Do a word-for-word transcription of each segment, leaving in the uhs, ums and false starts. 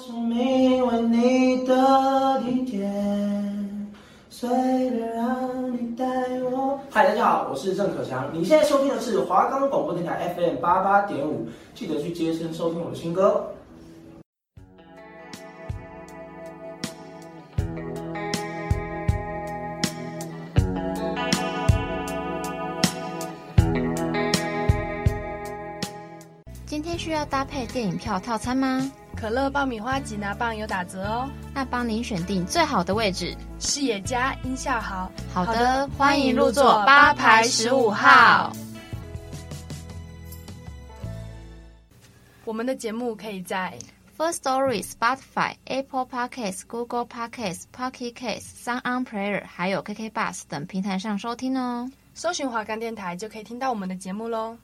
生命为你的体贴，随便让你带我。嗨，大家好，我是郑可强，你现在收听的是华冈广播电台 F M 八八点五，记得去接声收听我的新歌。 今天需要搭配电影票套餐吗？ 可乐爆米花吉拿棒有打折哦， 那帮您选定最好的位置， 视野佳，音效好。 好的，欢迎入座八排十五号。 我们的节目可以在 Firstory、Spotify、Apple Podcasts、Google Podcasts、Pocket Casts、Sound Player 还有 K K Bus 等平台上收听哦。 搜寻华冈电台就可以听到我们的节目咯。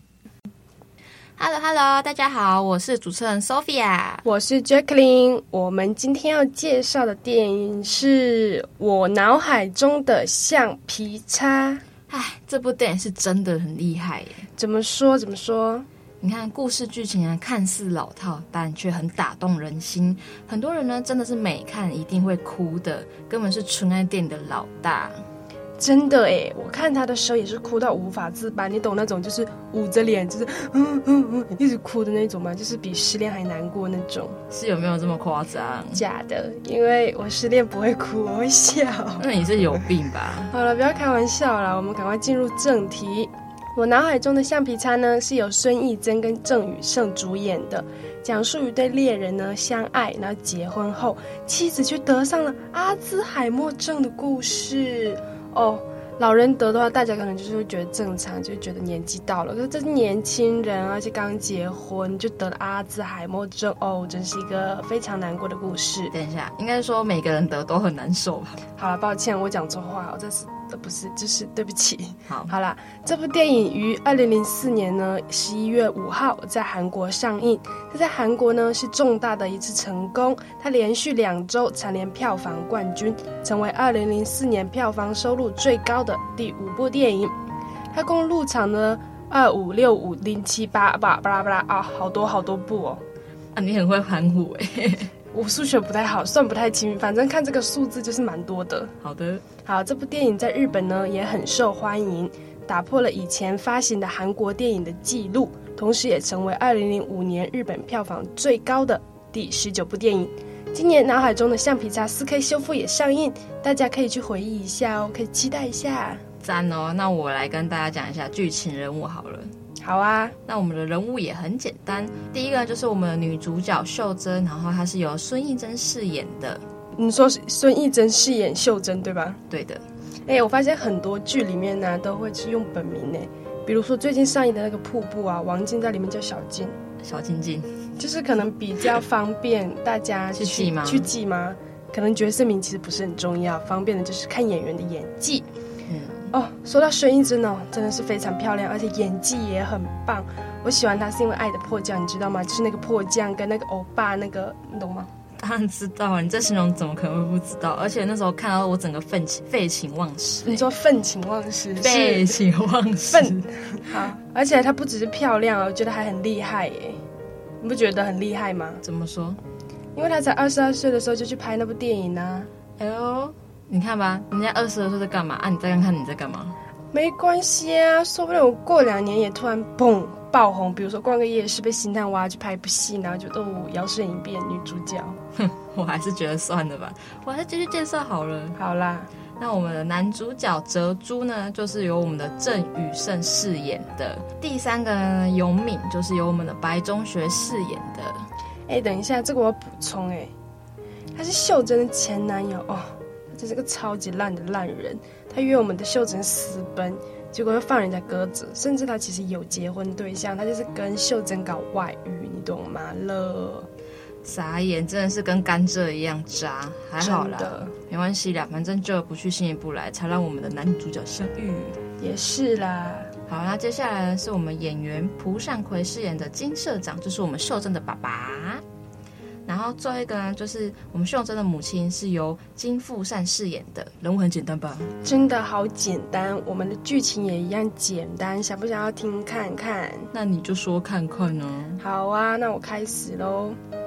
Hello Hello， 大家好，我是主持人 Sophia， 我是 Jacqueline。我们今天要介绍的电影是我脑海中的橡皮擦。 唉，这部电影是真的很厉害耶。 怎么说怎么说？ 你看故事剧情啊，看似老套，但却很打动人心。很多人呢，真的是每看一定会哭的，根本是纯爱电影的老大。 真的耶，我看他的时候也是哭到无法自拔，你懂那种就是捂着脸就是嗯嗯嗯一直哭的那种吗？就是比失恋还难过那种。 是有没有这么夸张？ 假的，因为我失恋不会哭，我会笑。 那你是有病吧？ 好了，不要开玩笑啦，我们赶快进入正题。我脑海中的橡皮擦呢，是由孙艺珍跟郑宇盛主演的，讲述一对恋人呢相爱，然后结婚后，妻子却得上了阿兹海默症的故事。哦，老人得的话，大家可能就是会觉得正常，就觉得年纪到了。可是这是年轻人，而且刚结婚就得了阿兹海默症，哦，真是一个非常难过的故事。 等一下，应该说每个人得都很难受吧？ 好了，抱歉，我讲错话，我这是呃不是，就是对不起。 好， 好啦，这部电影于二零零四年呢十一月五号在韩国上映。它在韩国呢是重大的一次成功，它连续两周蝉联票房冠军，成为二零零四年票房收入最高的第五部电影。它共入场呢二五六五零七八吧巴拉巴拉啊，好多好多部哦。 啊，你很会含糊哎。 我数学不太好，算不太清，反正看这个数字就是蛮多的。 好的， 好，这部电影在日本呢也很受欢迎，打破了以前发行的韩国电影的记录，同时也成为二零零五年日本票房最高的第十九部电影。今年脑海中的橡皮擦 四 K 修复也上映，大家可以去回忆一下哦，可以期待一下。 赞哦！那我来跟大家讲一下剧情人物好了。 好啊， 那我们的人物也很简单，第一个就是我们的女主角秀珍，然后她是由孙艺珍饰演的。 你说孙艺珍饰演秀珍对吧？ 对的。 哎、欸，我发现很多剧里面呢、啊、都会是用本名呢，比如说最近上映的那个瀑布啊，王静在里面叫小静。 小静静，就是可能比较方便大家去记吗？ 去记吗？可能角色名其实不是很重要，方便的就是看演员的演技。嗯，哦，说到孙艺珍哦，真的是非常漂亮，而且演技也很棒。我喜欢她是因为《爱的迫降》，你知道吗？就是那个迫降跟那个欧巴那个，你懂吗？ 当然知道，你这形容怎么可能会不知道？而且那时候看到我整个废情废寝忘食。 你说愤情忘食？ 废寝忘食。 好，而且她不只是漂亮，我觉得还很厉害耶。你不觉得很厉害吗？ 怎么说？ 因为她才二十二岁的时候就去拍那部电影啊。 哎呦，你看吧，人家二十二岁在干嘛啊？你再看看你在干嘛？ 没关系啊，说不定我过两年也突然嘣爆红，比如说逛个夜市被星探挖去拍一部戏，然后就哦摇身一变女主角。 哼，我还是觉得算了吧，我还是继续介绍好了。 好啦， 那我们的男主角哲洙呢，就是由我们的郑宇盛饰演的。第三个呢，永敏就是由我们的白中学饰演的。 哎，等一下，这个我要补充哎，他是秀珍的前男友哦，他真是个超级烂的烂人。他约我们的秀珍私奔，结果又放人家鸽子，甚至他其实有结婚对象，他就是跟秀珍搞外遇，你懂吗？了。 傻眼，真的是跟甘蔗一样渣，还好啦，没关系啦，反正就不去心也不来，才让我们的男女主角相遇。 也是啦。 好，那接下来是我们演员朴善奎饰演的金社长，就是我们秀珍的爸爸。然后最后一个呢，就是我们秀珍的母亲是由金富善饰演的。人物很简单吧？ 真的好简单，我们的剧情也一样简单，想不想要听看看？ 那你就说看看呢。 好啊，那我开始咯。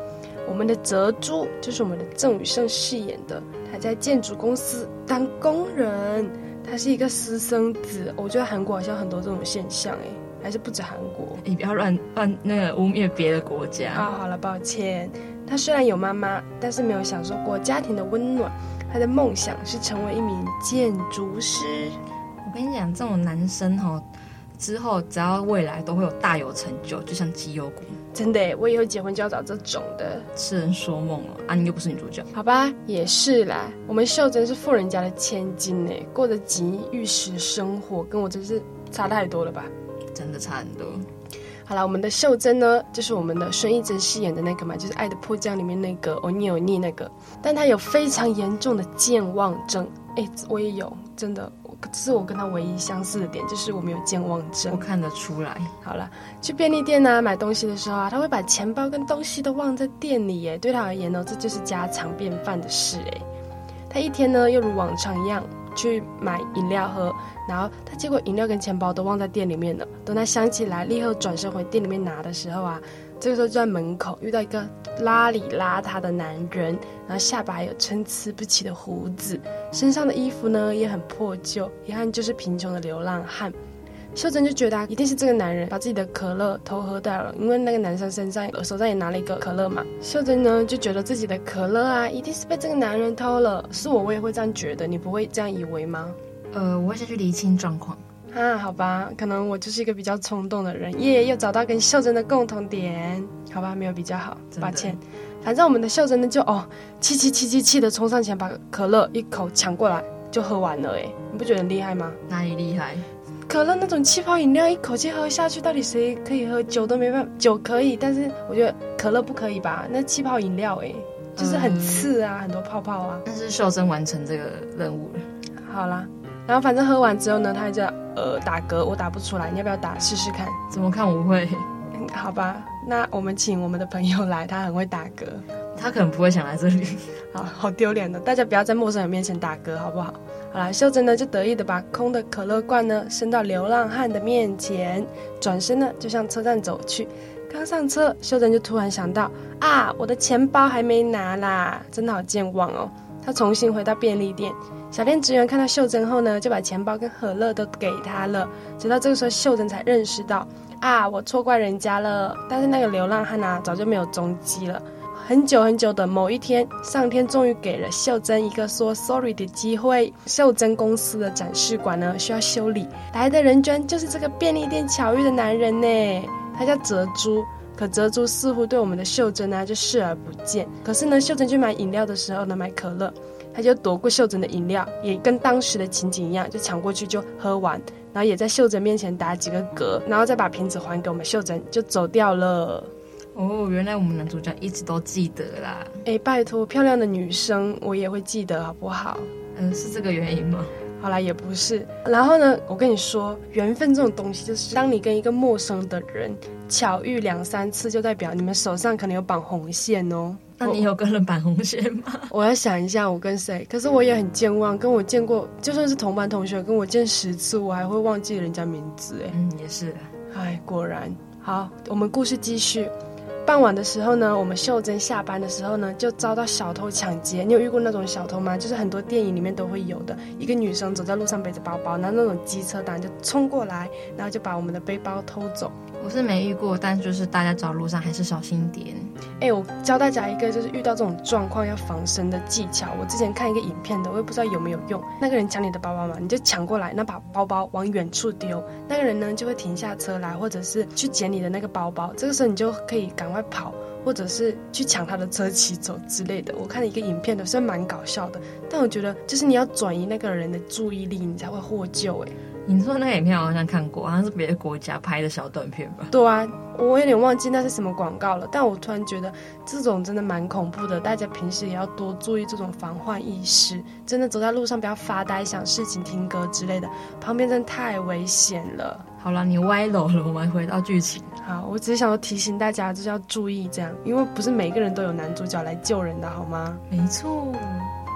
我们的泽珠就是我们的郑宇盛饰演的，他在建筑公司当工人，他是一个私生子。我觉得韩国好像很多这种现象哎，还是不止韩国。 你不要乱乱那个污蔑别的国家啊！好了，抱歉。他虽然有妈妈，但是没有享受过家庭的温暖。他的梦想是成为一名建筑师。 我跟你讲，这种男生吼，之后只要未来都会有大有成就，就像绩优股。 真的耶，我以后结婚就要找这种的。 痴人说梦哦，啊，你又不是女主角。 好吧，也是啦。我们秀珍是富人家的千金呢，过着锦衣玉食生活，跟我真是差太多了吧？ 真的差很多。 好啦，我们的秀珍呢，就是我们的孙艺珍饰演的那个嘛，就是《爱的迫降》里面那个欧尼欧尼那个，但她有非常严重的健忘症。哎，我也有，真的，这是我跟她唯一相似的点，就是我没有健忘症。 我看得出来。 好啦，去便利店啊买东西的时候啊，她会把钱包跟东西都忘在店里耶，对她而言呢，这就是家常便饭的事哎。她一天呢，又如往常一样去买饮料喝，然后他结果饮料跟钱包都忘在店里面了。等他想起来立刻转身回店里面拿的时候啊，这个时候就在门口遇到一个邋里邋遢的男人，然后下巴还有参差不齐的胡子，身上的衣服呢也很破旧，一看就是贫穷的流浪汉。秀珍就觉得、啊、一定是这个男人把自己的可乐偷喝掉了，因为那个男生身上手上也拿了一个可乐嘛。秀珍呢就觉得自己的可乐啊一定是被这个男人偷了，是我我也会这样觉得，你不会这样以为吗？ 呃，我会先去厘清状况啊，好吧，可能我就是一个比较冲动的人，耶，又找到跟秀珍的共同点，好吧，没有比较好，抱歉。反正我们的秀珍呢就哦气气气气气的冲上前把可乐一口抢过来就喝完了，哎，你不觉得很厉害吗？ 哪里厉害？ 可乐那种气泡饮料一口气喝下去，到底谁可以喝？酒都没办法，酒可以，但是我觉得可乐不可以吧？那气泡饮料哎，就是很刺啊、嗯，很多泡泡啊。 但是秀珍完成这个任务了。 好啦，然后反正喝完之后呢，他就呃打嗝，我打不出来，你要不要打试试看？ 怎么看我会？ 嗯、好吧，那我们请我们的朋友来，他很会打嗝。 他可能不会想来这里。 好好丢脸的，大家不要在陌生人面前打嗝，好不好？好啦，秀珍呢就得意的把空的可乐罐呢伸到流浪汉的面前，转身呢就向车站走去。刚上车，秀珍就突然想到啊，我的钱包还没拿啦，真的好健忘哦。她重新回到便利店，小店职员看到秀珍后呢，就把钱包跟可乐都给她了。直到这个时候，秀珍才认识到啊，我错怪人家了。但是那个流浪汉啊，早就没有踪迹了。很久很久的某一天，上天终于给了秀珍一个说 sorry 的机会。秀珍公司的展示馆呢需要修理，来的人居然就是这个便利店巧遇的男人呢，他叫泽珠。可泽珠似乎对我们的秀珍呢就视而不见。可是呢，秀珍去买饮料的时候呢，买可乐，他就夺过秀珍的饮料，也跟当时的情景一样，就抢过去就喝完，然后也在秀珍面前打几个嗝，然后再把瓶子还给我们秀珍，就走掉了。 哦，原来我们男主角一直都记得啦。 哎，拜托，漂亮的女生我也会记得好不好？ 嗯、呃，是这个原因吗？ 好啦，也不是。然后呢，我跟你说，缘分这种东西，就是当你跟一个陌生的人巧遇两三次，就代表你们手上可能有绑红线哦。 那你有跟人绑红线吗？ 我要想一下，我跟谁？可是我也很健忘，跟我见过，就算是同班同学，跟我见十次，我还会忘记人家名字。哎， 嗯，也是。 哎，果然。好，我们故事继续。傍晚的时候呢，我们秀珍下班的时候呢，就遭到小偷抢劫。你有遇过那种小偷吗？就是很多电影里面都会有的，一个女生走在路上背着包包，然后那种机车党就冲过来，然后就把我们的背包偷走。 我是没遇过，但就是大家走路上还是小心一点。 哎，我教大家一个就是遇到这种状况要防身的技巧。我之前看一个影片的，我也不知道有没有用。那个人抢你的包包嘛，你就抢过来，那把包包往远处丢，那个人呢就会停下车来，或者是去捡你的那个包包。这个时候你就可以赶快跑，或者是去抢他的车骑走之类的。我看了一个影片的，虽然蛮搞笑的，但我觉得就是你要转移那个人的注意力，你才会获救。哎， 你说那个影片我好像看过，好像是别的国家拍的小短片吧？ 对啊，我有点忘记那是什么广告了，但我突然觉得这种真的蛮恐怖的，大家平时也要多注意这种防患意识。真的走在路上不要发呆想事情听歌之类的，旁边真的太危险了。 好啦，你歪楼了，我们回到剧情。 好，我只是想要提醒大家就是要注意这样，因为不是每个人都有男主角来救人的好吗？ 没错。 哎，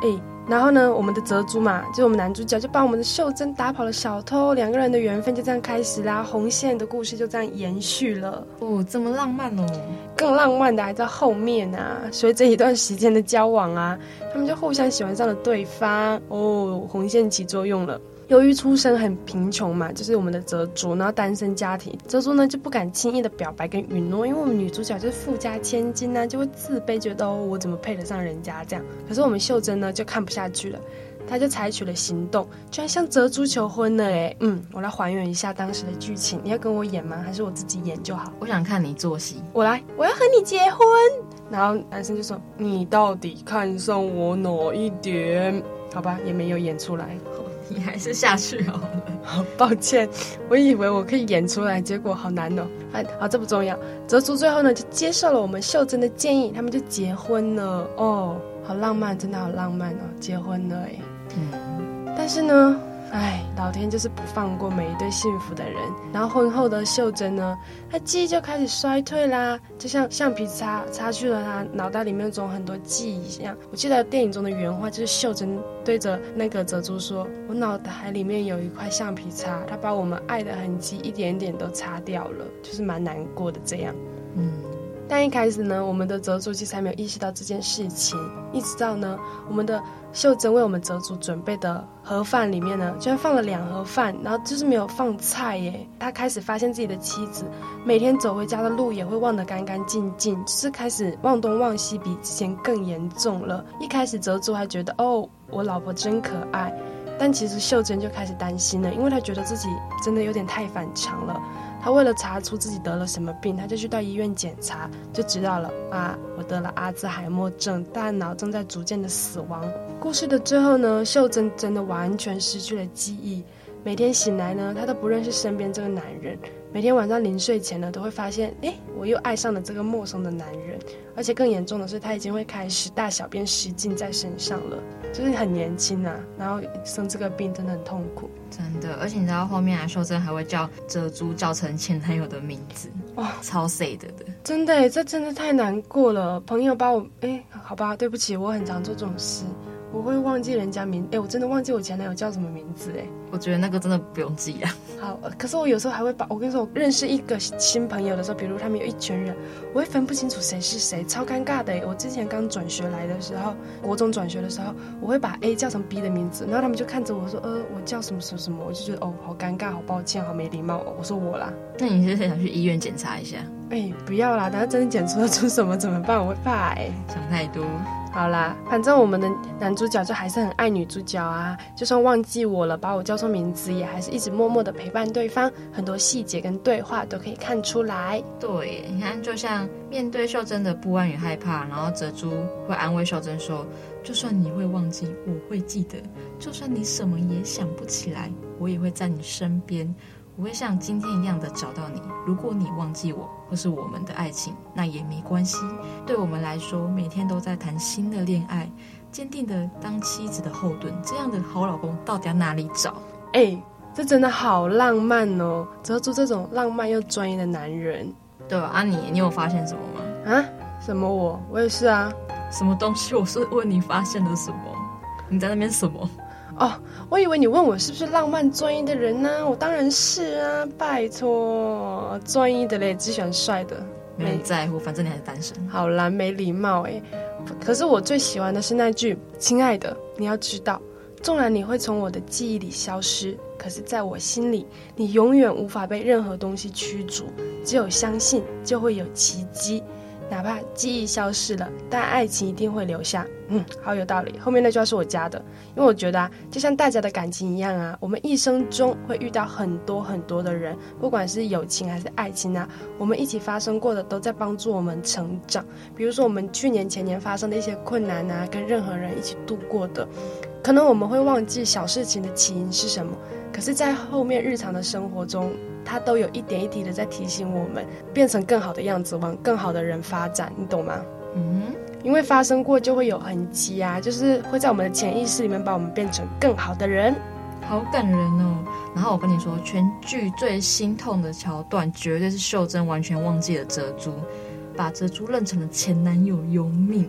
然后呢，我们的泽珠嘛，就是我们男主角就帮我们的秀珍打跑了小偷，两个人的缘分就这样开始啦，红线的故事就这样延续了。 哦，这么浪漫哦！ 更浪漫的还在后面啊，随着一段时间的交往啊，他们就互相喜欢上了对方哦，红线起作用了。由于出身很贫穷嘛，就是我们的泽珠，然后单身家庭，泽珠呢就不敢轻易的表白跟允诺，因为我们女主角就是富家千金啊，就会自卑，觉得哦我怎么配得上人家这样。可是我们秀珍呢就看不下去了，她就采取了行动，居然向泽珠求婚了哎。嗯，我来还原一下当时的剧情，你要跟我演吗？还是我自己演就好？ 我想看你做戏。 我来，我要和你结婚。然后男生就说：“你到底看上我哪一点？”好吧，也没有演出来。 你还是下去好了。 好抱歉，我以为我可以演出来，结果好难哦。好，这不重要。泽珠最后呢就接受了我们秀珍的建议，他们就结婚了。哦，好浪漫，真的好浪漫哦，结婚了哎。嗯，但是呢，哎，老天就是不放过每一对幸福的人。然后婚后的秀珍呢，她记忆就开始衰退啦，就像橡皮擦擦去了她脑袋里面中很多记忆一样。我记得电影中的原话就是秀珍对着那个泽珠说：“我脑袋里面有一块橡皮擦，它把我们爱的痕迹一点点都擦掉了。”就是蛮难过的这样。嗯。但一开始呢，我们的泽珠其实还没有意识到这件事情，一直到呢，我们的秀珍为我们泽珠准备的盒饭里面呢，居然放了两盒饭，然后就是没有放菜耶。他开始发现自己的妻子每天走回家的路也会忘得干干净净，就是开始忘东忘西，比之前更严重了。一开始泽珠还觉得哦，我老婆真可爱，但其实秀珍就开始担心了，因为她觉得自己真的有点太反常了。他为了查出自己得了什么病，他就去到医院检查，就知道了啊，我得了阿兹海默症，大脑正在逐渐的死亡。故事的最后呢，秀珍真的完全失去了记忆，每天醒来呢，她都不认识身边这个男人，每天晚上临睡前呢，都会发现，诶，我又爱上了这个陌生的男人，而且更严重的是，他已经会开始大小便失禁在身上了，就是很年轻啊，然后生这个病真的很痛苦。 真的，而且你知道后面啊，秀珍还会叫泽珠叫成前男友的名字，哇，超 sad 的。 真的耶，这真的太难过了。朋友把我，哎，好吧，对不起，我很常做这种事，我会忘记人家名，哎，我真的忘记我前男友叫什么名字，哎， 我觉得那个真的不用记啊。 好，可是我有时候还会把，我跟你说，我认识一个新朋友的时候，比如他们有一群人，我会分不清楚谁是谁，超尴尬的。我之前刚转学来的时候，国中转学的时候，我会把 A 叫成 B 的名字，然后他们就看着我说，呃，我叫什么什么什么，我就觉得哦，好尴尬，好抱歉，好没礼貌哦。我说我啦。 那你是想去医院检查一下？ 哎，不要啦，等下真的检测出什么怎么办？我会怕哎。 想太多。 好啦，反正我们的男主角就还是很爱女主角啊，就算忘记我了，把我叫错名字，也还是一直默默的陪伴对方，很多细节跟对话都可以看出来。 对，你看，就像面对秀珍的不安与害怕，然后泽珠会安慰秀珍说，就算你会忘记，我会记得，就算你什么也想不起来，我也会在你身边，我会像今天一样的找到你。如果你忘记我或是我们的爱情，那也没关系，对我们来说每天都在谈新的恋爱，坚定的当妻子的后盾，这样的好老公到底要哪里找？ 哎，这真的好浪漫哦，泽珠这种浪漫又专一的男人。 对啊，啊你你有发现什么吗？ 啊？什么我？我也是啊。 什么东西？我是问你发现了什么？你在那边什么？ 哦，我以为你问我是不是浪漫专一的人呢、啊？我当然是啊，拜托，专一的嘞，只喜欢帅的， 没人在乎，反正你还是单身。 好啦，没礼貌哎。可是我最喜欢的是那句：“亲爱的，你要知道，纵然你会从我的记忆里消失，可是在我心里，你永远无法被任何东西驱逐。只有相信，就会有奇迹。哪怕记忆消失了，但爱情一定会留下。”嗯，好有道理。后面那句话是我加的，因为我觉得啊，就像大家的感情一样啊，我们一生中会遇到很多很多的人，不管是友情还是爱情啊，我们一起发生过的都在帮助我们成长。比如说我们去年前年发生的一些困难啊，跟任何人一起度过的，可能我们会忘记小事情的起因是什么，可是在后面日常的生活中，它都有一点一滴的在提醒我们变成更好的样子，往更好的人发展，你懂吗？嗯，因为发生过就会有痕迹啊，就是会在我们的潜意识里面把我们变成更好的人。 好感人哦。然后我跟你说，全剧最心痛的桥段绝对是秀珍完全忘记了泽珠，把泽珠认成了前男友，有命。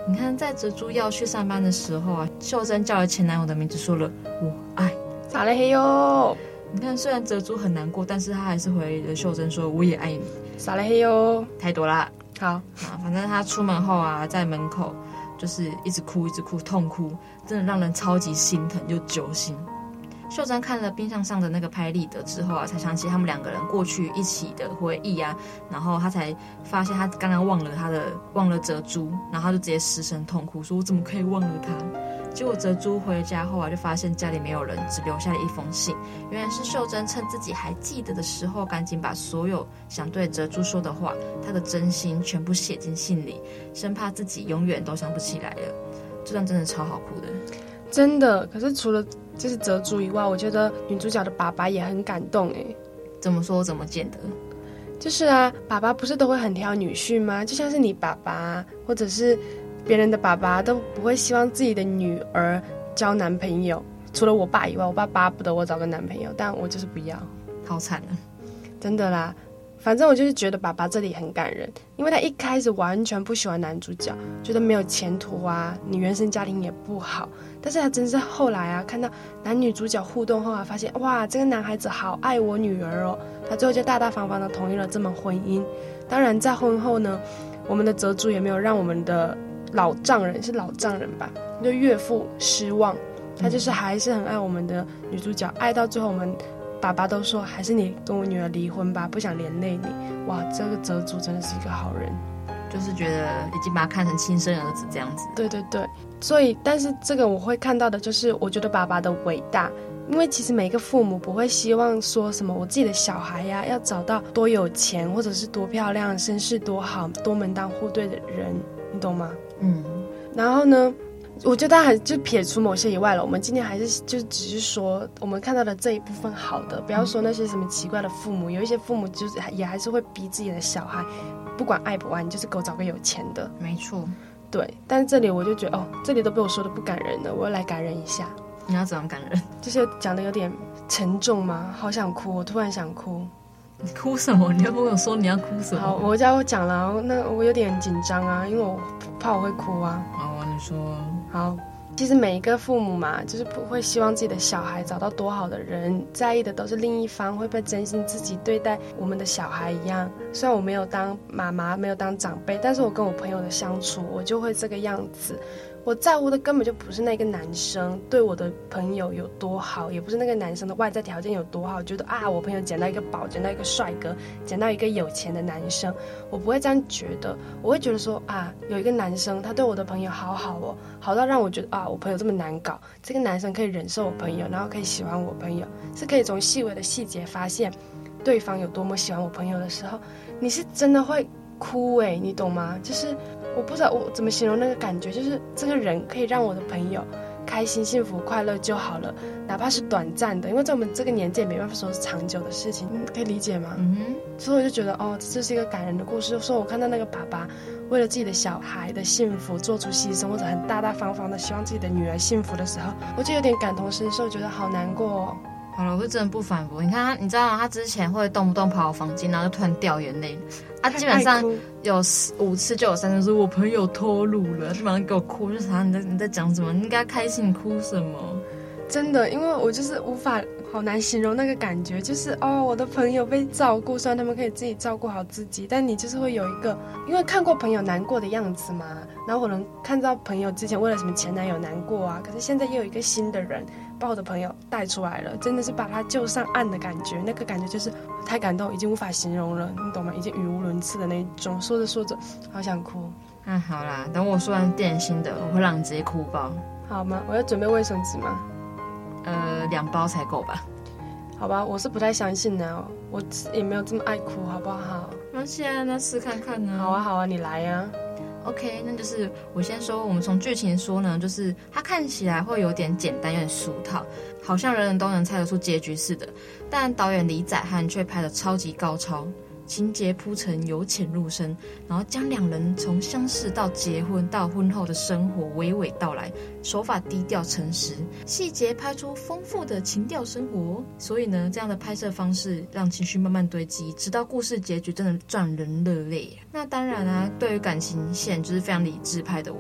你看，在泽珠要去上班的时候啊，秀珍叫了前男友的名字，说了我爱。 撒了嘿哟！ 你看，虽然泽珠很难过，但是他还是回了秀珍说我也爱你。 撒了嘿哟！ 太多啦。 好啊，反正他出门后啊，在门口就是一直哭，一直哭，痛哭，真的让人超级心疼又揪心。秀珍看了冰箱上的那个拍立得之后啊，才想起他们两个人过去一起的回忆啊，然后他才发现他刚刚忘了他的忘了泽珠，然后他就直接失声痛哭，说我怎么可以忘了他？结果泽珠回家后啊，就发现家里没有人，只留下了一封信。原来是秀珍趁自己还记得的时候，赶紧把所有想对泽珠说的话，她的真心全部写进信里，生怕自己永远都想不起来了。这段真的超好哭的， 真的。可是除了就是泽珠以外，我觉得女主角的爸爸也很感动哎。 怎么说怎么见得？ 就是啊，爸爸不是都会很挑女婿吗？就像是你爸爸，或者是别人的爸爸都不会希望自己的女儿交男朋友，除了我爸以外，我爸巴不得我找个男朋友，但我就是不要。 好惨啊！ 真的啦，反正我就是觉得爸爸这里很感人，因为他一开始完全不喜欢男主角，觉得没有前途啊，你原生家庭也不好。但是他真是后来啊，看到男女主角互动后啊，发现哇，这个男孩子好爱我女儿哦，他最后就大大方方的同意了这门婚姻。当然在婚后呢，我们的泽珠也没有让我们的老丈人，是老丈人吧，就岳父失望，他就是还是很爱我们的女主角，爱到最后我们爸爸都说还是你跟我女儿离婚吧，不想连累你。哇，这个泽珠真的是一个好人， 就是觉得已经把他看成亲生儿子这样子。 对对对，所以但是这个我会看到的就是我觉得爸爸的伟大，因为其实每个父母不会希望说什么我自己的小孩呀、啊、要找到多有钱或者是多漂亮身世多好多门当户对的人，你懂吗？ 嗯， 然后呢我觉得还就撇除某些以外了，我们今天还是就只是说我们看到的这一部分好的，不要说那些什么奇怪的父母，有一些父母就是也还是会逼自己的小孩不管爱不爱你就是给我找个有钱的。 没错， 对。但是这里我就觉得哦，这里都被我说的不感人了，我要来感人一下。 你要怎样感人？ 就是讲的有点沉重吗？好想哭，我突然想哭。 你哭什么？你要跟我说你要哭什么？ 好，我叫我讲了，那我有点紧张啊，因为我怕我会哭啊。 好啊，你说。 好，其实每一个父母嘛，就是不会希望自己的小孩找到多好的人，在意的都是另一方会不会真心自己对待我们的小孩一样。虽然我没有当妈妈，没有当长辈，但是我跟我朋友的相处，我就会这个样子。我在乎的根本就不是那个男生对我的朋友有多好，也不是那个男生的外在条件有多好，觉得啊，我朋友捡到一个宝，捡到一个帅哥，捡到一个有钱的男生，我不会这样觉得。我会觉得说啊，有一个男生他对我的朋友好好哦，好到让我觉得啊，我朋友这么难搞，这个男生可以忍受我朋友，然后可以喜欢我朋友，是可以从细微的细节发现对方有多么喜欢我朋友的时候，你是真的会哭诶，你懂吗？就是我不知道我怎么形容那个感觉，就是这个人可以让我的朋友开心幸福快乐就好了，哪怕是短暂的，因为在我们这个年纪也没办法说是长久的事情，可以理解吗？ 嗯哼。 所以我就觉得哦，这是一个感人的故事。说我看到那个爸爸为了自己的小孩的幸福做出牺牲，或者很大大方方的希望自己的女儿幸福的时候，我就有点感同身受，觉得好难过哦。 好了，我会真的不反驳。你看他，你知道吗？他之前会动不动跑我房间，然后就突然掉眼泪。啊，基本上有五次就有三次说我朋友脱乳了，就马上给我哭，就想你在你在讲什么？你应该开心，你哭什么？ 真的，因为我就是无法，好难形容那个感觉，就是哦，我的朋友被照顾，虽然他们可以自己照顾好自己，但你就是会有一个，因为看过朋友难过的样子嘛，然后我能看到朋友之前为了什么前男友难过啊，可是现在又有一个新的人把我的朋友带出来了，真的是把他救上岸的感觉，那个感觉就是太感动，已经无法形容了，你懂吗？已经语无伦次的那种，说着说着好想哭。 嗯，好啦，等我说完电心的，我会让你直接哭爆。 好吗？我要准备卫生纸吗？ 呃，两包才够吧。 好吧，我是不太相信的，我也没有这么爱哭，好不好？ 那现在那试看看呢？ 好啊，好啊，你来呀、 啊。OK， 那就是我先说，我们从剧情说呢，就是它看起来会有点简单，有点俗套，好像人人都能猜得出结局似的。但导演李宰翰却拍得超级高超，情节铺陈由浅入深，然后将两人从相识到结婚到婚后的生活娓娓道来，手法低调诚实，细节拍出丰富的情调生活。所以呢，这样的拍摄方式让情绪慢慢堆积，直到故事结局真的让人热泪。那当然啊，对于感情线就是非常理智派的我，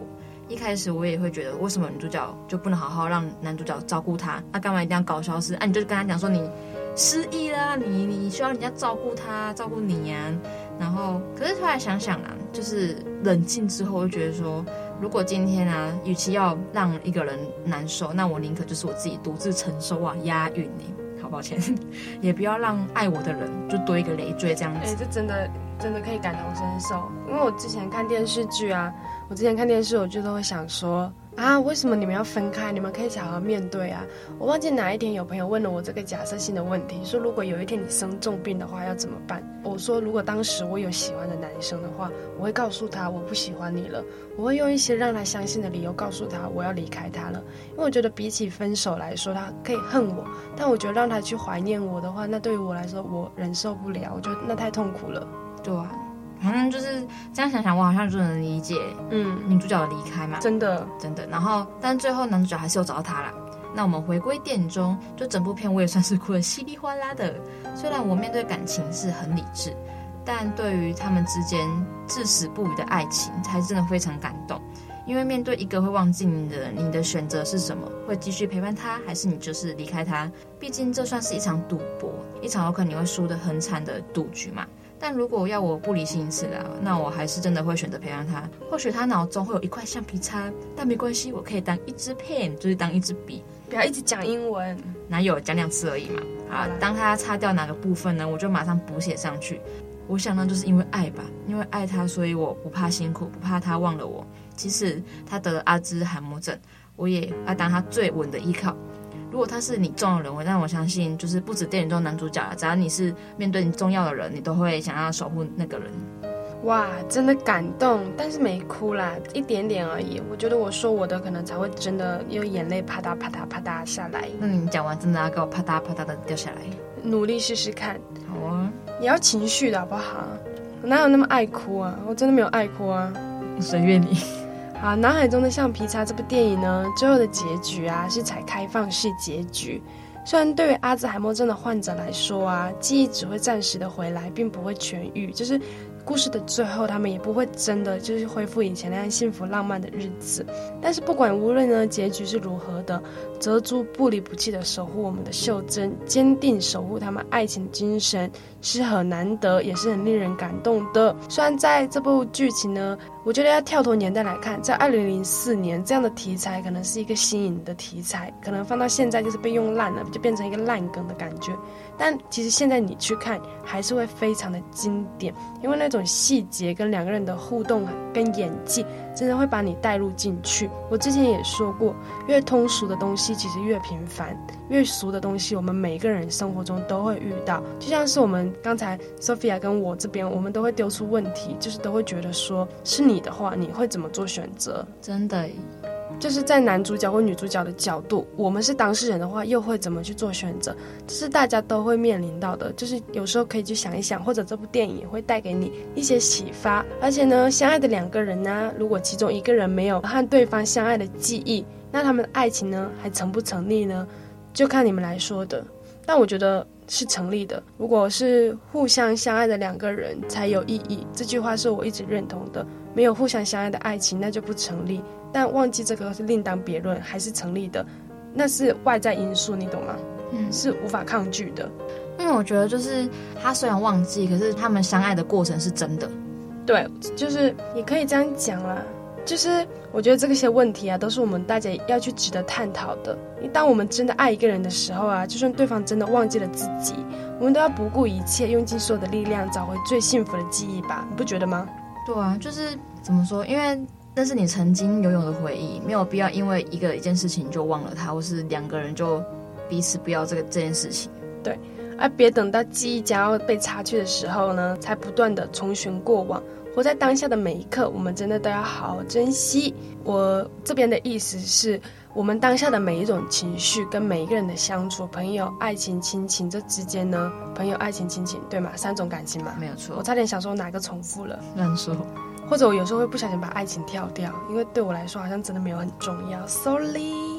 一开始我也会觉得，为什么女主角就不能好好让男主角照顾她？那、啊、干嘛一定要搞消失？啊，你就跟他讲说你失忆啦，你你需要人家照顾他，照顾你呀、啊。然后，可是后来想想啊，就是冷静之后，就觉得说，如果今天啊，与其要让一个人难受，那我宁可就是我自己独自承受啊，押韵呢。好抱歉，也不要让爱我的人就多一个累赘这样子。 哎、欸，这真的真的可以感同身受，因为我之前看电视剧啊，我之前看电视，我就都会想说啊，为什么你们要分开？你们可以好好面对啊。我忘记哪一天有朋友问了我这个假设性的问题，说如果有一天你生重病的话要怎么办？我说如果当时我有喜欢的男生的话，我会告诉他我不喜欢你了，我会用一些让他相信的理由告诉他我要离开他了。因为我觉得比起分手来说，他可以恨我，但我觉得让他去怀念我的话，那对于我来说我忍受不了，我觉得那太痛苦了。 对啊，反正就是这样想想，我好像就能理解，嗯，女主角的离开嘛， 真的真的。然后，但最后男主角还是有找到她啦。那我们回归电影中，就整部片我也算是哭得稀里哗啦的。虽然我面对感情是很理智，但对于他们之间至死不渝的爱情，才真的非常感动。因为面对一个会忘记你的人，你的选择是什么？会继续陪伴他，还是你就是离开他？毕竟这算是一场赌博，一场有可能你会输得很惨的赌局嘛。但如果要我不理性一次啦，那我还是真的会选择陪伴他。或许他脑中会有一块橡皮擦，但没关系，我可以当一支 pen， 就是当一支笔。 不要一直讲英文， 哪有讲两次而已嘛。好，当他擦掉哪个部分呢，我就马上补写上去。我想呢，就是因为爱吧，因为爱他，所以我不怕辛苦，不怕他忘了我。即使他得了阿兹海默症，我也要当他最稳的依靠。如果他是你重要的人物，但我相信就是不止电影中男主角，只要你是面对你重要的人，你都会想要守护那个人。 哇，真的感动，但是没哭啦，一点点而已。我觉得我说我的可能才会真的有眼泪啪嗒啪嗒啪嗒下来。 那你讲完真的要给我啪嗒啪嗒的掉下来？ 努力试试看。 好啊， 也要情绪的好不好？我哪有那么爱哭啊？我真的没有爱哭啊。 随便你。 好，脑海中的橡皮擦这部电影呢，最后的结局啊是采开放式结局。虽然对于阿兹海默症的患者来说啊，记忆只会暂时的回来，并不会痊愈，就是故事的最后他们也不会真的就是恢复以前那样幸福浪漫的日子。但是不管无论呢结局是如何的，泽珠不离不弃的守护我们的秀珍，坚定守护他们爱情的精神是很难得，也是很令人感动的。虽然在这部剧情呢，我觉得要跳脱年代来看，在二零零四年这样的题材可能是一个新颖的题材，可能放到现在就是被用烂了，就变成一个烂梗的感觉。但其实现在你去看还是会非常的经典，因为那种细节跟两个人的互动跟演技真的会把你带入进去。我之前也说过，越通俗的东西其实越平凡，越俗的东西我们每个人生活中都会遇到。就像是我们刚才 Sophia 跟我这边，我们都会丢出问题，就是都会觉得说是你的话你会怎么做选择。 真的就是在男主角或女主角的角度，我们是当事人的话又会怎么去做选择，这是大家都会面临到的。就是有时候可以去想一想，或者这部电影也会带给你一些启发。而且呢，相爱的两个人呢，如果其中一个人没有和对方相爱的记忆，那他们的爱情呢还成不成立呢？就看你们来说的。但我觉得是成立的。如果是互相相爱的两个人才有意义，这句话是我一直认同的。没有互相相爱的爱情，那就不成立。但忘记这个是另当别论，还是成立的。那是外在因素，你懂吗？嗯，是无法抗拒的。 因为我觉得就是他虽然忘记，可是他们相爱的过程是真的。 对，就是也可以这样讲啦。就是我觉得这些问题啊，都是我们大家要去值得探讨的。当我们真的爱一个人的时候啊，就算对方真的忘记了自己，我们都要不顾一切，用尽所有的力量，找回最幸福的记忆吧，你不觉得吗？ 对啊，就是怎么说，因为那是你曾经拥有的回忆，没有必要因为一个一件事情就忘了它，或是两个人就彼此不要这个这件事情。 对，而别等到记忆将要被擦去的时候呢，才不断的重寻过往。活在当下的每一刻，我们真的都要好好珍惜。我这边的意思是，我们当下的每一种情绪跟每一个人的相处，朋友、爱情、亲情这之间呢，朋友、爱情、亲情，对吗？三种感情嘛， 没有错。 我差点想说哪个重复了， 乱说。 或者我有时候会不小心把爱情跳掉，因为对我来说好像真的没有很重要。Sorry。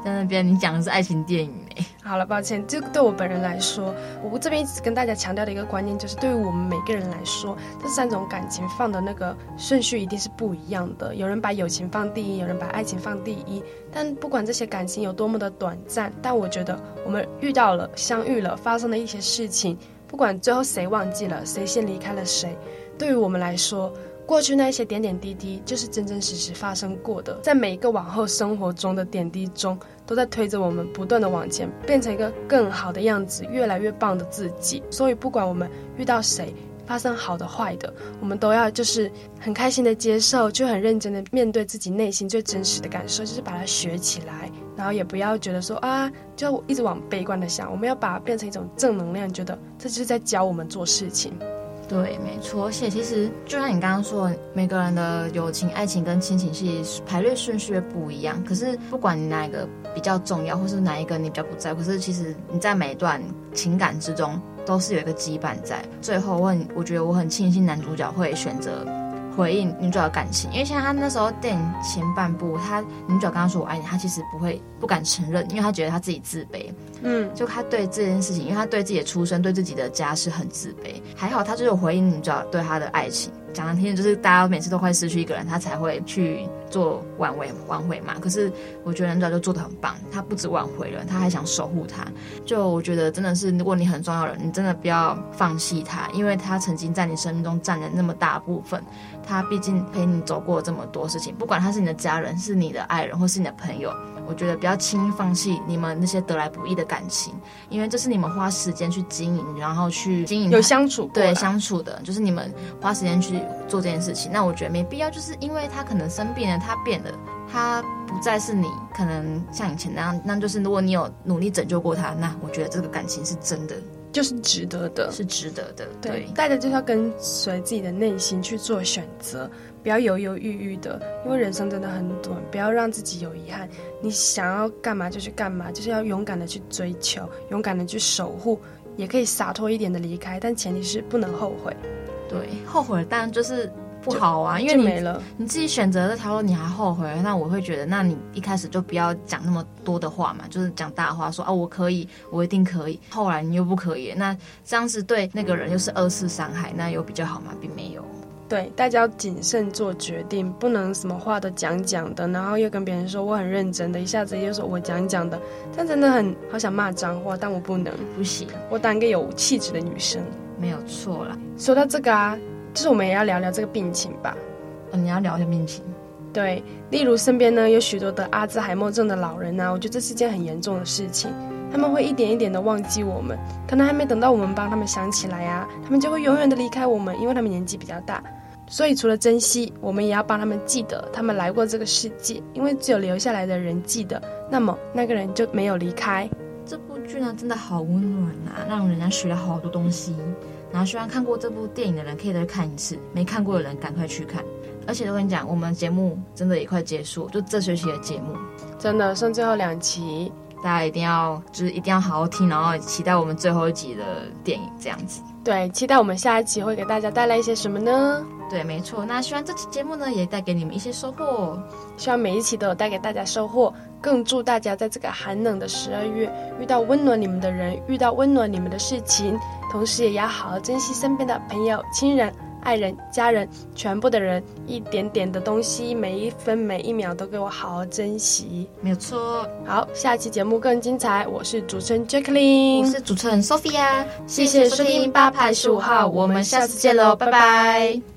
在那边你讲的是爱情电影哎。 好了，抱歉，这对我本人来说，我这边一直跟大家强调的一个观念就是，对于我们每个人来说，这三种感情放的那个顺序一定是不一样的。有人把友情放第一，有人把爱情放第一。但不管这些感情有多么的短暂，但我觉得我们遇到了、相遇了、发生的一些事情，不管最后谁忘记了，谁先离开了谁，对于我们来说，过去那一些点点滴滴就是真真实实发生过的，在每一个往后生活中的点滴中，都在推着我们不断的往前，变成一个更好的样子，越来越棒的自己。所以不管我们遇到谁，发生好的坏的，我们都要就是很开心的接受，就很认真的面对自己内心最真实的感受，就是把它学起来，然后也不要觉得说啊，就一直往悲观的想，我们要把它变成一种正能量，觉得这就是在教我们做事情。 对，没错，而且其实就像你刚刚说，每个人的友情、爱情跟亲情系排列顺序不一样。可是不管你哪一个比较重要，或是哪一个你比较不在乎，可是其实你在每一段情感之中都是有一个羁绊在。最后我很，我觉得我很庆幸男主角会选择回应女主角的感情，因为像他那时候电影前半部，他女主角跟他说我爱你，他其实不会不敢承认，因为他觉得他自己自卑。嗯，就他对这件事情，因为他对自己的出身、对自己的家世很自卑。还好他就有回应女主角对他的爱情，讲难听点就是大家每次都快失去一个人，他才会去做挽回挽回嘛。可是我觉得男主角就做得很棒，他不止挽回了，他还想守护他。就我觉得真的是，如果你很重要的人，你真的不要放弃他，因为他曾经在你生命中占了那么大部分。他毕竟陪你走过这么多事情，不管他是你的家人、是你的爱人或是你的朋友，我觉得不要轻易放弃你们那些得来不易的感情，因为这是你们花时间去经营，然后去经营有相处过对相处的，就是你们花时间去做这件事情。那我觉得没必要，就是因为他可能生病了，他变了，他不再是你可能像以前那样，那就是如果你有努力拯救过他，那我觉得这个感情是真的。 就是值得的， 是值得的。 对, 对，大家就是要跟随自己的内心去做选择，不要犹犹豫豫的，因为人生真的很短，不要让自己有遗憾。你想要干嘛就去干嘛，就是要勇敢的去追求，勇敢的去守护，也可以洒脱一点的离开，但前提是不能后悔。 对，后悔当然就是不好啊，因为你没了，你自己选择这条路你还后悔，那我会觉得，那你一开始就不要讲那么多的话嘛，就是讲大话说啊我可以，我一定可以，后来你又不可以，那这样子对那个人又是二次伤害，那有比较好吗？并没有。 对，大家要谨慎做决定，不能什么话都讲讲的，然后又跟别人说我很认真的，一下子又说我讲讲的，但真的很好想骂脏话，但我不能， 不行， 我当一个有气质的女生， 没有错啦。 说到这个啊，就是我们也要聊聊这个病情吧。 哦，你要聊一下病情？ 对，例如身边呢有许多的阿兹海默症的老人啊，我觉得这是件很严重的事情。他们会一点一点的忘记我们，可能还没等到我们帮他们想起来啊，他们就会永远的离开我们，因为他们年纪比较大。所以除了珍惜，我们也要帮他们记得他们来过这个世界，因为只有留下来的人记得，那么那个人就没有离开。 这部剧呢真的好温暖啊，让人家学了好多东西。然后希望看过这部电影的人可以再看一次，没看过的人赶快去看。而且我跟你讲，我们节目真的也快结束，就这学期的节目真的剩最后两期， 大家一定要就是一定要好好听，然后期待我们最后一集的电影这样子。 对，期待我们下一期会给大家带来一些什么呢？ 对，没错。那希望这期节目呢也带给你们一些收获， 希望每一期都有带给大家收获，更祝大家在这个寒冷的十二月遇到温暖你们的人，遇到温暖你们的事情，同时也要好好珍惜身边的朋友、亲人、爱人、家人，全部的人，一点点的东西，每一分每一秒都给我好好珍惜。 没有错。 好，下期节目更精彩。我是主持人 Jacqueline， 我是主持人 Sophia， 谢谢收听八排十五号，我们下次见喽，拜拜。